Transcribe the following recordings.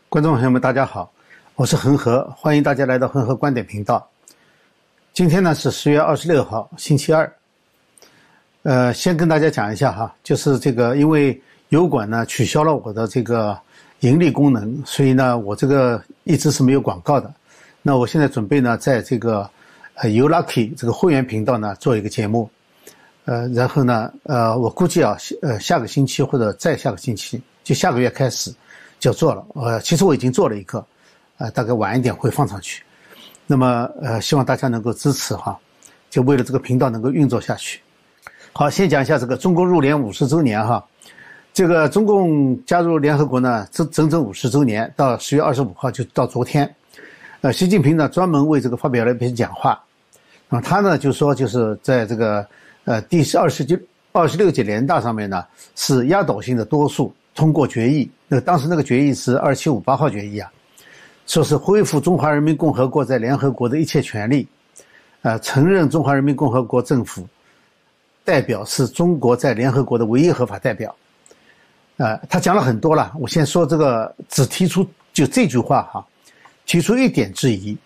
观众朋友们，大家好，我是恒河，欢迎大家来到恒河观点频道。今天呢是10月26号，星期二。先跟大家讲一下哈，就是这个，因为油管呢取消了我的这个盈利功能，所以呢我这个一直是没有广告的。那我现在准备呢在这个YouLucky 这个会员频道呢做一个节目，然后呢我估计下个星期或者再下个星期，就下个月开始就做了。其实我已经做了一个，大概晚一点会放上去。那么希望大家能够支持哈，就为了这个频道能够运作下去。好，先讲一下这个中共入联50周年哈。这个中共加入联合国呢，整整50周年，到10月25号就到昨天。习近平呢专门为这个发表了一篇讲话，他呢就说就是在这个第26届联大上面呢是压倒性的多数通过决议，当时那个决议是2758号决议啊，说是恢复中华人民共和国在联合国的一切权利，承认中华人民共和国政府代表是中国在联合国的唯一合法代表。他讲了很多了，我先说这个，只提出就这句话哈，提出一点质疑。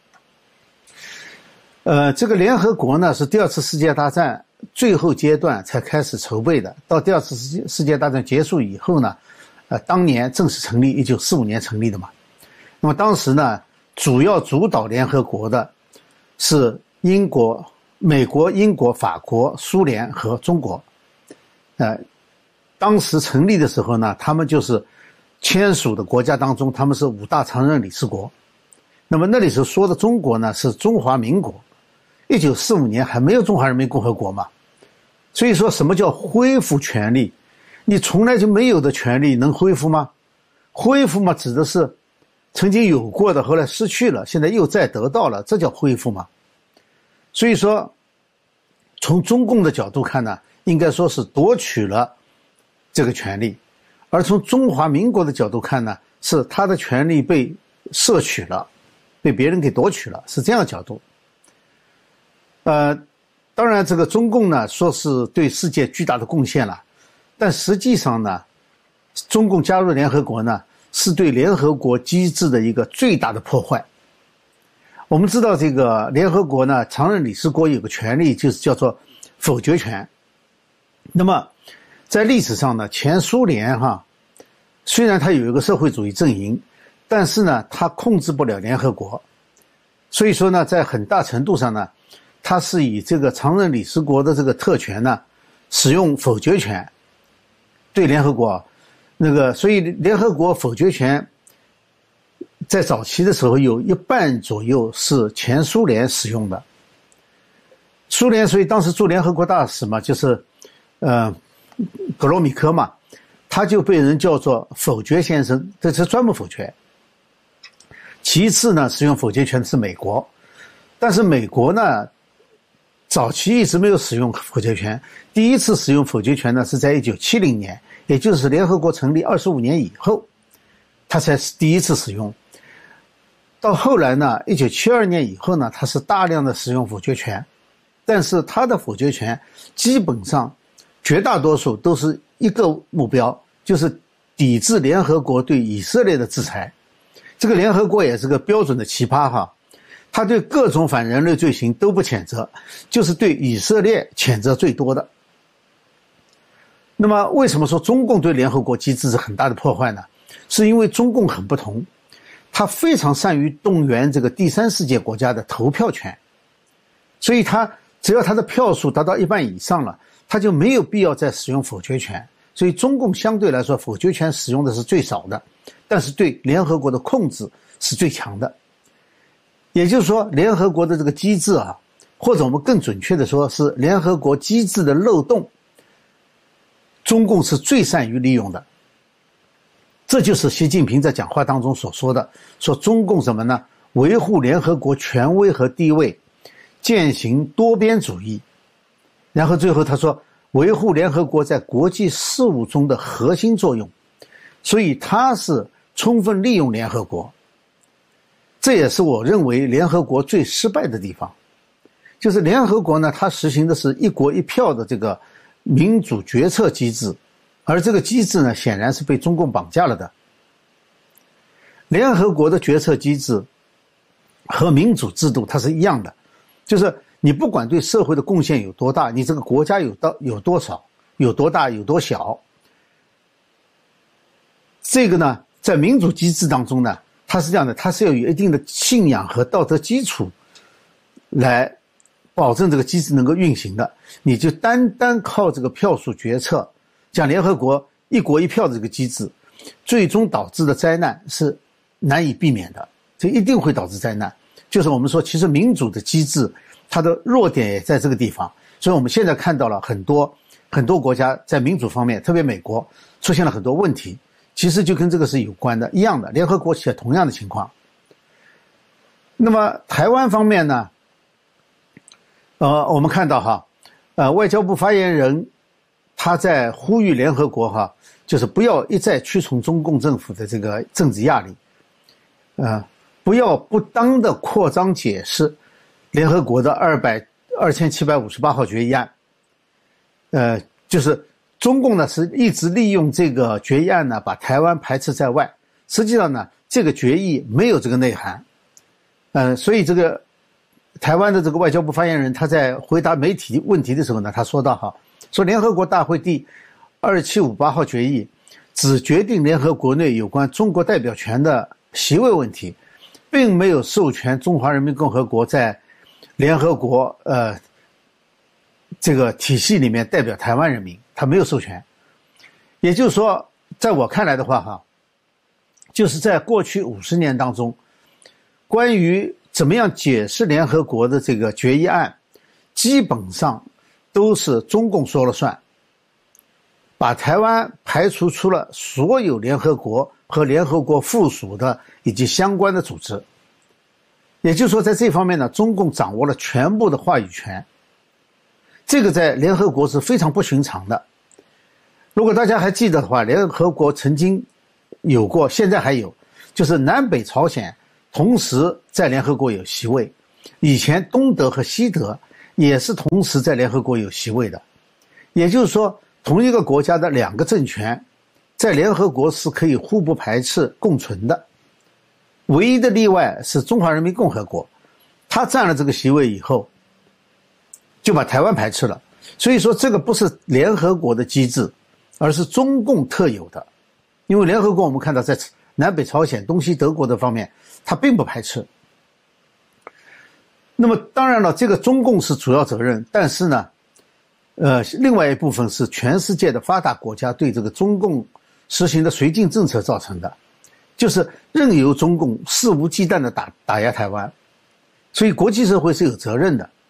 这个联合国呢是第二次世界大战最后阶段才开始筹备的，到第二次世界大战结束以后呢，当年正式成立，1945年成立的嘛。那么当时呢，主要主导联合国的是英国、美国、英国、法国、苏联和中国。当时成立的时候呢，他们就是签署的国家当中，他们是5大常任理事国。那么那里时候说的中国呢，是中华民国。1945年还没有中华人民共和国嘛，所以说什么叫恢复权利？你从来就没有的权利能恢复吗？恢复嘛，指的是曾经有过的，后来失去了，现在又再得到了，这叫恢复嘛。所以说从中共的角度看呢，应该说是夺取了这个权利，而从中华民国的角度看呢，是他的权利被摄取了，被别人给夺取了，是这样的角度。当然这个中共呢说是对世界巨大的贡献了，但实际上呢，中共加入联合国呢是对联合国机制的一个最大的破坏。我们知道这个联合国呢常任理事国有个权利，就是叫做否决权。那么在历史上呢，前苏联虽然它有一个社会主义阵营，但是呢它控制不了联合国，所以说呢在很大程度上呢，它是以这个常任理事国的这个特权呢，使用否决权对联合国所以联合国否决权在早期的时候有一半左右是前苏联使用的。苏联所以当时驻联合国大使嘛，就是格罗米科嘛，他就被人叫做否决先生，这是专门否决。其次呢，使用否决权的是美国，但是美国呢早期一直没有使用否决权，第一次使用否决权呢是在1970年，也就是联合国成立25年以后，他才是第一次使用。到后来呢，1972年以后呢，他是大量的使用否决权，但是他的否决权基本上绝大多数都是一个目标，就是抵制联合国对以色列的制裁。这个联合国也是个标准的奇葩哈。他对各种反人类罪行都不谴责，就是对以色列谴责最多的。那么为什么说中共对联合国机制是很大的破坏呢？是因为中共很不同，他非常善于动员这个第三世界国家的投票权，所以他只要他的票数达到1半以上了，他就没有必要再使用否决权。所以中共相对来说否决权使用的是最少的，但是对联合国的控制是最强的。也就是说，联合国的这个机制或者我们更准确的说是联合国机制的漏洞，中共是最善于利用的。这就是习近平在讲话当中所说的，说中共什么呢？维护联合国权威和地位，践行多边主义。然后最后他说，维护联合国在国际事务中的核心作用，所以他是充分利用联合国。这也是我认为联合国最失败的地方，就是联合国呢，它实行的是一国一票的这个民主决策机制，而这个机制呢，显然是被中共绑架了的。 联合国的决策机制和民主制度它是一样的，就是你不管对社会的贡献有多大，你这个国家有多少，有多大有多小，这个呢，在民主机制当中呢，它是这样的，它是要有一定的信仰和道德基础来保证这个机制能够运行的。你就单靠这个票数决策，像联合国一国一票的这个机制，最终导致的灾难是难以避免的，这一定会导致灾难。就是我们说，其实民主的机制它的弱点也在这个地方，所以我们现在看到了很多国家在民主方面，特别美国出现了很多问题，其实就跟这个是有关的，一样的，联合国也同样的情况。那么台湾方面呢，我们看到外交部发言人他在呼吁联合国就是不要一再屈从中共政府的这个政治压力，不要不当的扩张解释联合国的2758号决议案。就是中共呢是一直利用这个决议案呢把台湾排斥在外，实际上呢这个决议没有这个内涵。所以这个台湾的这个外交部发言人他在回答媒体问题的时候呢，他说到说联合国大会第2758号决议只决定联合国内有关中国代表权的席位问题，并没有授权中华人民共和国在联合国这个体系里面代表台湾人民，他没有授权。也就是说，在我看来的话就是在过去50年当中，关于怎么样解释联合国的这个决议案，基本上都是中共说了算，把台湾排除出了所有联合国和联合国附属的以及相关的组织。也就是说，在这方面呢，中共掌握了全部的话语权，这个在联合国是非常不寻常的。如果大家还记得的话，联合国曾经有过，现在还有，就是南北朝鲜同时在联合国有席位，以前东德和西德也是同时在联合国有席位的。也就是说，同一个国家的两个政权在联合国是可以互不排斥共存的，唯一的例外是中华人民共和国，他占了这个席位以后就把台湾排斥了。所以说这个不是联合国的机制，而是中共特有的。因为联合国我们看到在南北朝鲜、东西德国的方面它并不排斥。那么当然了，这个中共是主要责任，但是呢另外一部分是全世界的发达国家对这个中共实行的绥靖政策造成的，就是任由中共肆无忌惮地打压台湾，所以国际社会是有责任的。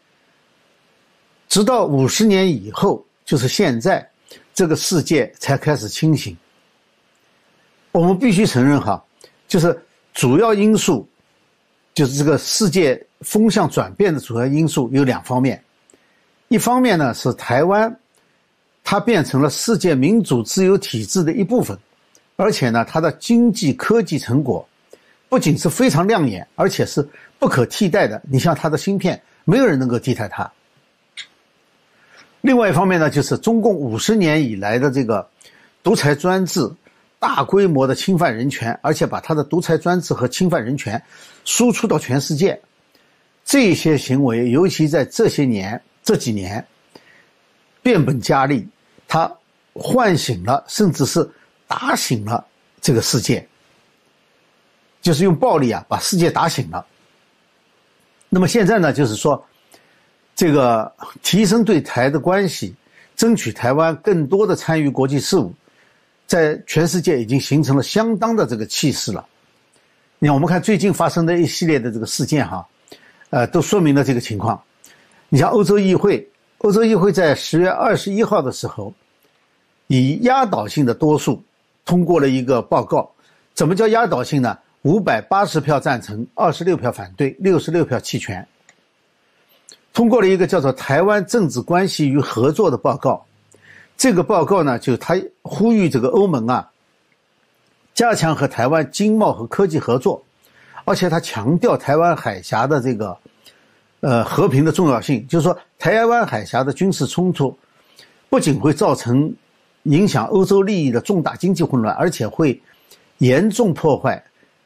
直到50年以后，就是现在，这个世界才开始清醒。我们必须承认就是主要因素，就是这个世界风向转变的主要因素有2方面。一方面呢是台湾它变成了世界民主自由体制的一部分，而且呢它的经济科技成果不仅是非常亮眼，而且是不可替代的。你像它的芯片，没有人能够替代它。另外一方面呢，就是中共50年以来的这个独裁专制，大规模的侵犯人权，而且把他的独裁专制和侵犯人权输出到全世界。这些行为尤其在这几年变本加厉，它唤醒了甚至是打醒了这个世界，就是用暴力把世界打醒了。那么现在呢，就是说这个提升对台的关系，争取台湾更多的参与国际事务，在全世界已经形成了相当的这个气势了。你看，我们看最近发生的一系列的这个事件都说明了这个情况。你像欧洲议会在10月21号的时候，以压倒性的多数通过了一个报告。怎么叫压倒性呢？580票赞成，26票反对，66票弃权，通过了一个叫做《台湾政治关系与合作》的报告。这个报告呢，就他呼吁这个欧盟加强和台湾经贸和科技合作，而且他强调台湾海峡的这个和平的重要性，就是说台湾海峡的军事冲突不仅会造成影响欧洲利益的重大经济混乱，而且会严重破坏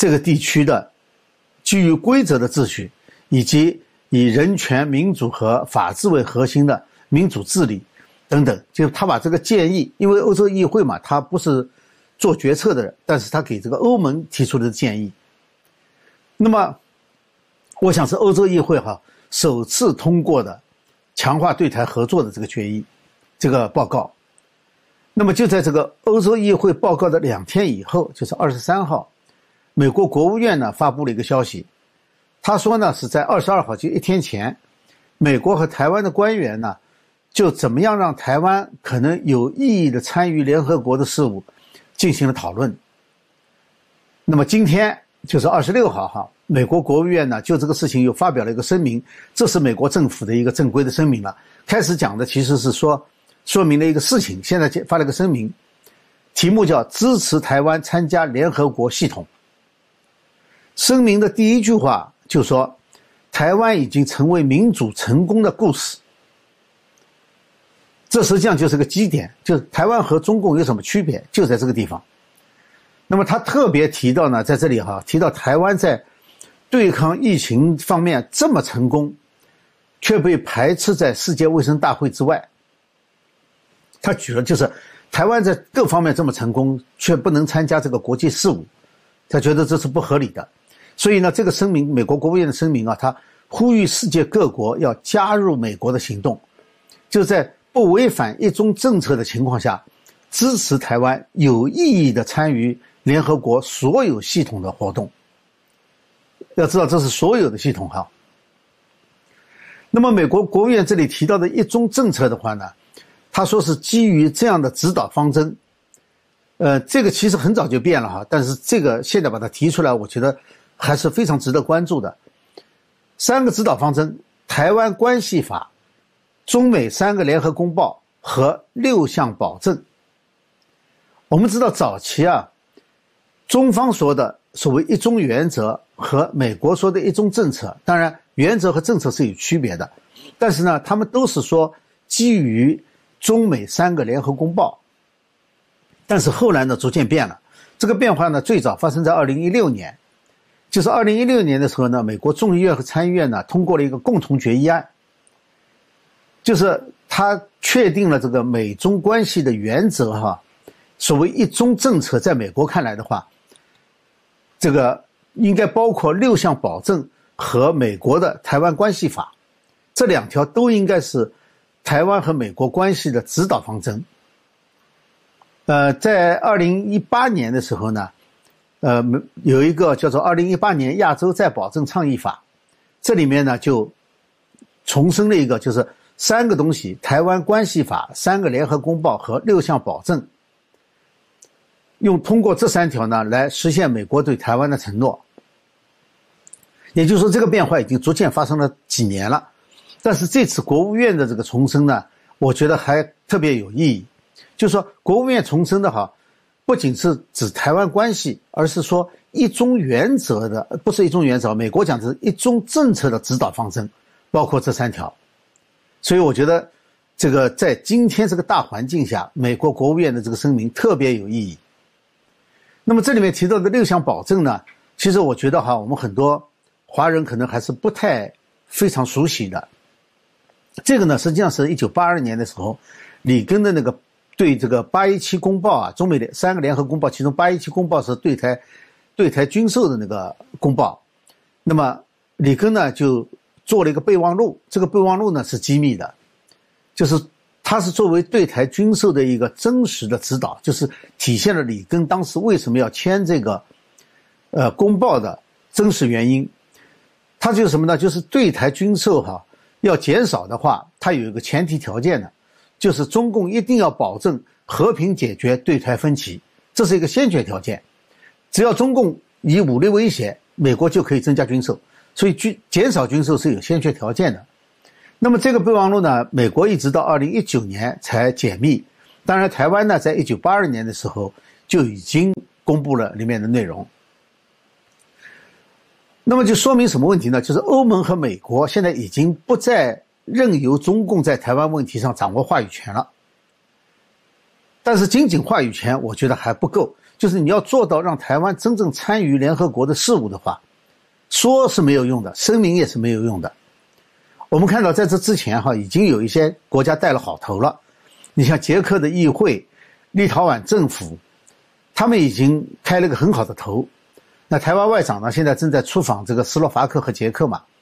这个地区的基于规则的秩序，以及以人权、民主和法治为核心的民主治理等等。就他把这个建议，因为欧洲议会嘛，他不是做决策的人，但是他给这个欧盟提出的建议。那么我想是欧洲议会首次通过的强化对台合作的这个决议，这个报告。那么就在这个欧洲议会报告的2天以后，就是23号，美国国务院呢发布了一个消息，他说呢是在22号，就1天前，美国和台湾的官员呢就怎么样让台湾可能有意义的参与联合国的事务进行了讨论。那么今天就是26号美国国务院呢就这个事情又发表了一个声明，这是美国政府的一个正规的声明了。开始讲的其实是说明了一个事情，现在发了一个声明，题目叫支持台湾参加联合国系统。声明的第一句话就说台湾已经成为民主成功的故事。这实际上就是个基点，就是台湾和中共有什么区别，就在这个地方。那么他特别提到呢，在这里提到台湾在对抗疫情方面这么成功，却被排斥在世界卫生大会之外。他举了就是台湾在各方面这么成功，却不能参加这个国际事务，他觉得这是不合理的。所以呢，这个声明，美国国务院的声明他呼吁世界各国要加入美国的行动，就在不违反一中政策的情况下，支持台湾有意义的参与联合国所有系统的活动。要知道这是所有的系统那么美国国务院这里提到的一中政策的话呢，他说是基于这样的指导方针。这个其实很早就变了但是这个现在把它提出来，我觉得还是非常值得关注的。3个指导方针：台湾关系法、中美3个联合公报和6项保证。我们知道早期中方说的所谓一中原则和美国说的一中政策，当然原则和政策是有区别的，但是呢他们都是说基于中美3个联合公报。但是后来呢逐渐变了，这个变化呢最早发生在2016年，就是2016年的时候呢，美国众议院和参议院呢通过了一个共同决议案，就是它确定了这个美中关系的原则所谓一中政策在美国看来的话，这个应该包括6项保证和美国的台湾关系法，这2条都应该是台湾和美国关系的指导方针。在2018年的时候呢，有一个叫做2018年亚洲再保证倡议法，这里面呢就重申了一个，就是3个东西：台湾关系法、3个联合公报和6项保证，通过这3条呢来实现美国对台湾的承诺。也就是说，这个变化已经逐渐发生了几年了，但是这次国务院的这个重申呢，我觉得还特别有意义。就是说国务院重申的不仅是指台湾关系，而是说一中原则的，不是一中原则，美国讲的是一中政策的指导方针，包括这3条。所以我觉得这个在今天这个大环境下，美国国务院的这个声明特别有意义。那么这里面提到的6项保证呢，其实我觉得我们很多华人可能还是不太非常熟悉的。这个呢实际上是1982年的时候，里根的那个对这个817公报中美3个联合公报，其中817公报是对台军售的那个公报。那么里根呢就做了一个备忘录，这个备忘录呢是机密的，就是它是作为对台军售的一个真实的指导，就是体现了里根当时为什么要签这个公报的真实原因。它就是什么呢？就是对台军售要减少的话，它有一个前提条件的，就是中共一定要保证和平解决对台分歧，这是一个先决条件。只要中共以武力威胁，美国就可以增加军售，所以减少军售是有先决条件的。那么这个备忘录呢，美国一直到2019年才解密，当然台湾呢在1982年的时候就已经公布了里面的内容。那么就说明什么问题呢？就是欧盟和美国现在已经不再任由中共在台湾问题上掌握话语权了。但是仅仅话语权我觉得还不够， 就是你要做到让台湾真正参与联合国的事务的话，说是没有用的，声明也是没有用的。我们看到在这之前已经有一些国家带了好头了，你像捷克的议会、立陶宛政府，他们已经开了个很好的头。那台湾外长呢，现在正在出访这个斯洛伐克和捷克嘛。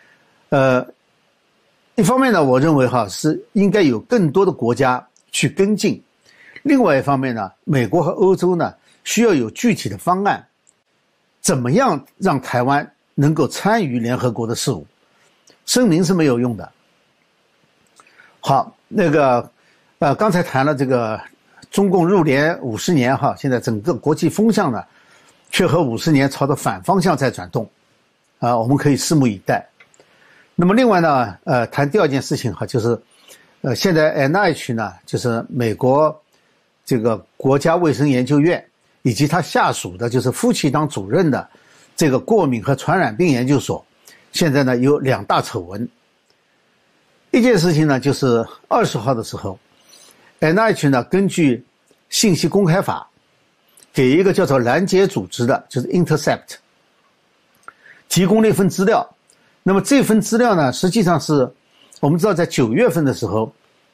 一方面呢，我认为是应该有更多的国家去跟进。另外一方面呢，美国和欧洲呢需要有具体的方案，怎么样让台湾能够参与联合国的事务。声明是没有用的。好，刚才谈了这个中共入联50年现在整个国际风向呢，却和50年朝着反方向在转动，我们可以拭目以待。那么另外呢，谈第二件事情就是现在 NIH 呢，就是美国这个国家卫生研究院以及它下属的就是夫妻当主任的这个过敏和传染病研究所，现在呢有2大丑闻。一件事情呢，就是20号的时候 NIH 呢根据信息公开法给一个叫做拦截组织的，就是 Intercept 提供了一份资料。那么这份资料呢，实际上是我们知道在9月份的时候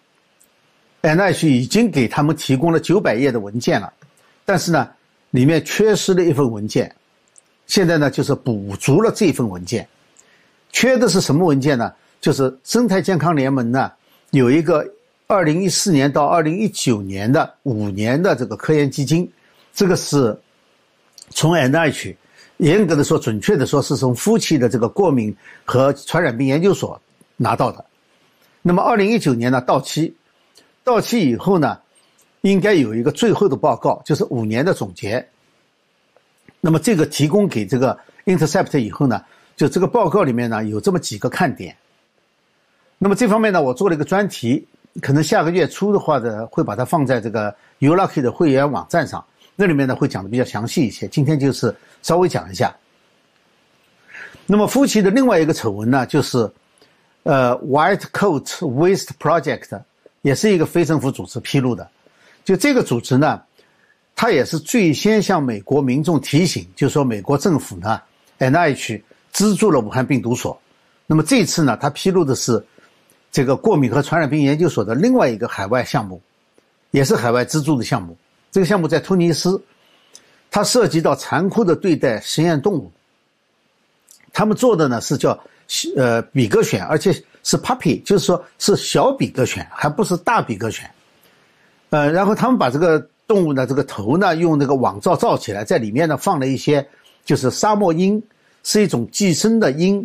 NIH 已经给他们提供了900页的文件了，但是呢里面缺失了一份文件，现在呢就是补足了这份文件。缺的是什么文件呢？就是生态健康联盟呢有一个2014年到2019年的5年的这个科研基金，这个是从 NIH 严格的说，准确的说是从夫妻的这个过敏和传染病研究所拿到的。那么2019年呢到期以后呢，应该有一个最后的报告，就是5年的总结。那么这个提供给这个 Intercept 以后呢，就这个报告里面呢有这么几个看点。那么这方面呢，我做了一个专题，可能下个月初的话呢，会把它放在这个 YouLucky 的会员网站上，那里面呢会讲的比较详细一些。今天就是稍微讲一下。那么夫妻的另外一个丑闻呢，就是White Coat Waste Project， 也是一个非政府组织披露的。就这个组织呢，它也是最先向美国民众提醒，就是说美国政府呢 NIH 资助了武汉病毒所。那么这次呢，它披露的是这个过敏和传染病研究所的另外一个海外项目，也是海外资助的项目。这个项目在突尼斯，它涉及到残酷的对待实验动物。他们做的呢是叫比格犬，而且是 puppy， 就是说是小比格犬，还不是大比格犬。然后他们把这个动物呢，这个头呢用那个网罩罩起来，在里面呢放了一些就是沙漠鹰，是一种寄生的鹰，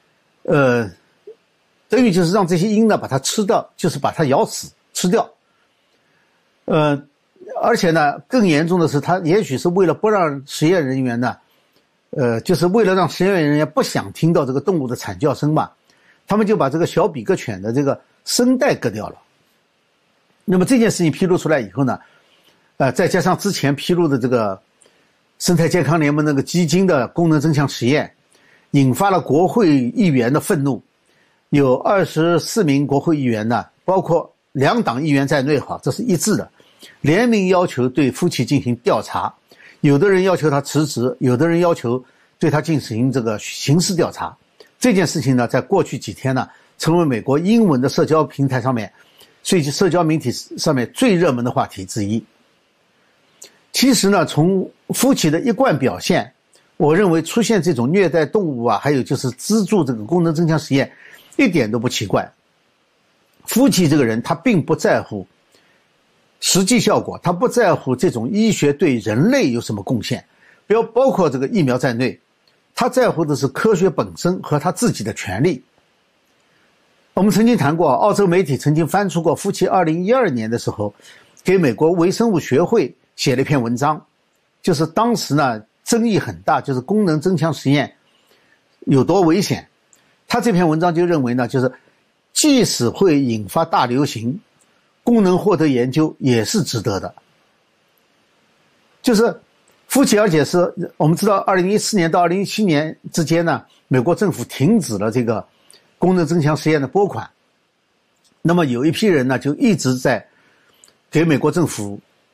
等于就是让这些鹰呢把它吃掉，就是把它咬死吃掉。而且呢更严重的是，它也许是为了不让实验人员呢就是为了让实验人员不想听到这个动物的惨叫声嘛，他们就把这个小比格犬的这个声带割掉了。那么这件事情披露出来以后呢，再加上之前披露的这个生态健康联盟那个基金的功能增强实验，引发了国会议员的愤怒。有24名国会议员呢，包括2党议员在内这是一致的，联名要求对夫妻进行调查。有的人要求他辞职，有的人要求对他进行这个刑事调查。这件事情呢，在过去几天呢，成为美国英文的社交平台上面，所以社交媒体上面最热门的话题之一。其实呢，从夫妻的一贯表现，我认为出现这种虐待动物还有就是资助这个功能增强实验，一点都不奇怪。夫妻这个人他并不在乎实际效果，他不在乎这种医学对人类有什么贡献，包括这个疫苗在内，他在乎的是科学本身和他自己的权利。我们曾经谈过，澳洲媒体曾经翻出过夫妻2012年的时候给美国微生物学会写了一篇文章，就是当时呢争议很大，就是功能增强实验有多危险。他这篇文章就认为呢，就是即使会引发大流行，功能获得研究也是值得的。就是夫妻，而且是我们知道2014年到2017年之间呢，美国政府停止了这个功能增强实验的拨款。那么有一批人呢就一直在给美国政府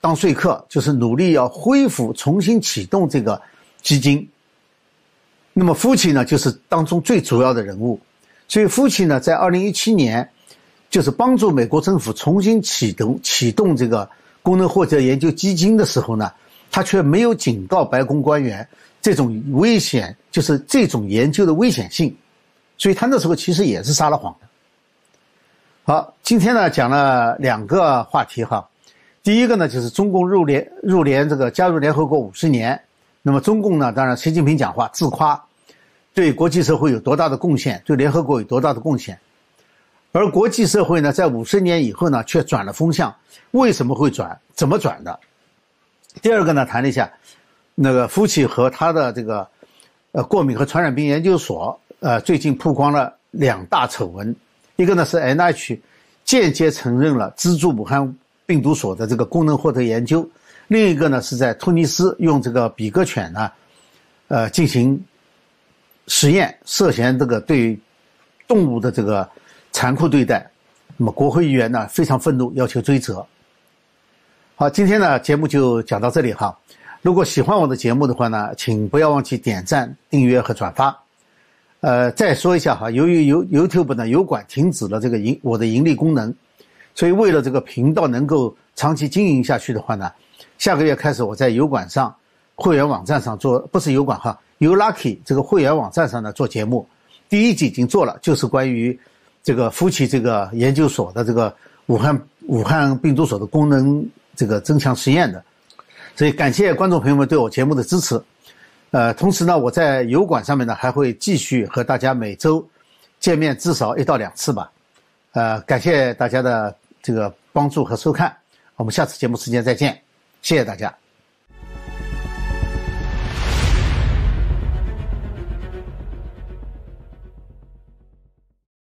当说客，就是努力要恢复、重新启动这个基金。那么夫妻呢，就是当中最主要的人物。所以夫妻呢，在2017年，就是帮助美国政府重新启动这个功能获得研究基金的时候呢，他却没有警告白宫官员这种危险，就是这种研究的危险性。所以他那时候其实也是撒了谎的。好，今天呢讲了2个话题哈。第一个呢就是中共入联这个加入联合国50年，那么中共呢，当然习近平讲话自夸，对国际社会有多大的贡献，对联合国有多大的贡献。而国际社会呢，在50年以后呢，却转了风向。为什么会转？怎么转的？第二个呢，谈了一下那个夫妻和他的这个过敏和传染病研究所最近曝光了2大丑闻，一个呢是 NIH 间接承认了资助武汉病毒所的这个功能获得研究，另一个呢是在突尼斯用这个比格犬呢进行实验，涉嫌这个对动物的这个残酷对待。那么国会议员呢非常愤怒，要求追责。好，今天呢节目就讲到这里哈。如果喜欢我的节目的话呢，请不要忘记点赞、订阅和转发。再说一下哈，由于YouTube 呢油管停止了这个我的盈利功能，所以为了这个频道能够长期经营下去的话呢，下个月开始我在油管上会员网站上做，不是油管哈，YouLucky 这个会员网站上呢做节目。第1集已经做了，就是关于这个夫妻这个研究所的这个武汉病毒所的功能这个增强实验的。所以感谢观众朋友们对我节目的支持。同时呢，我在油管上面呢还会继续和大家每周见面，至少1到2次吧。感谢大家的这个帮助和收看，我们下次节目时间再见，谢谢大家。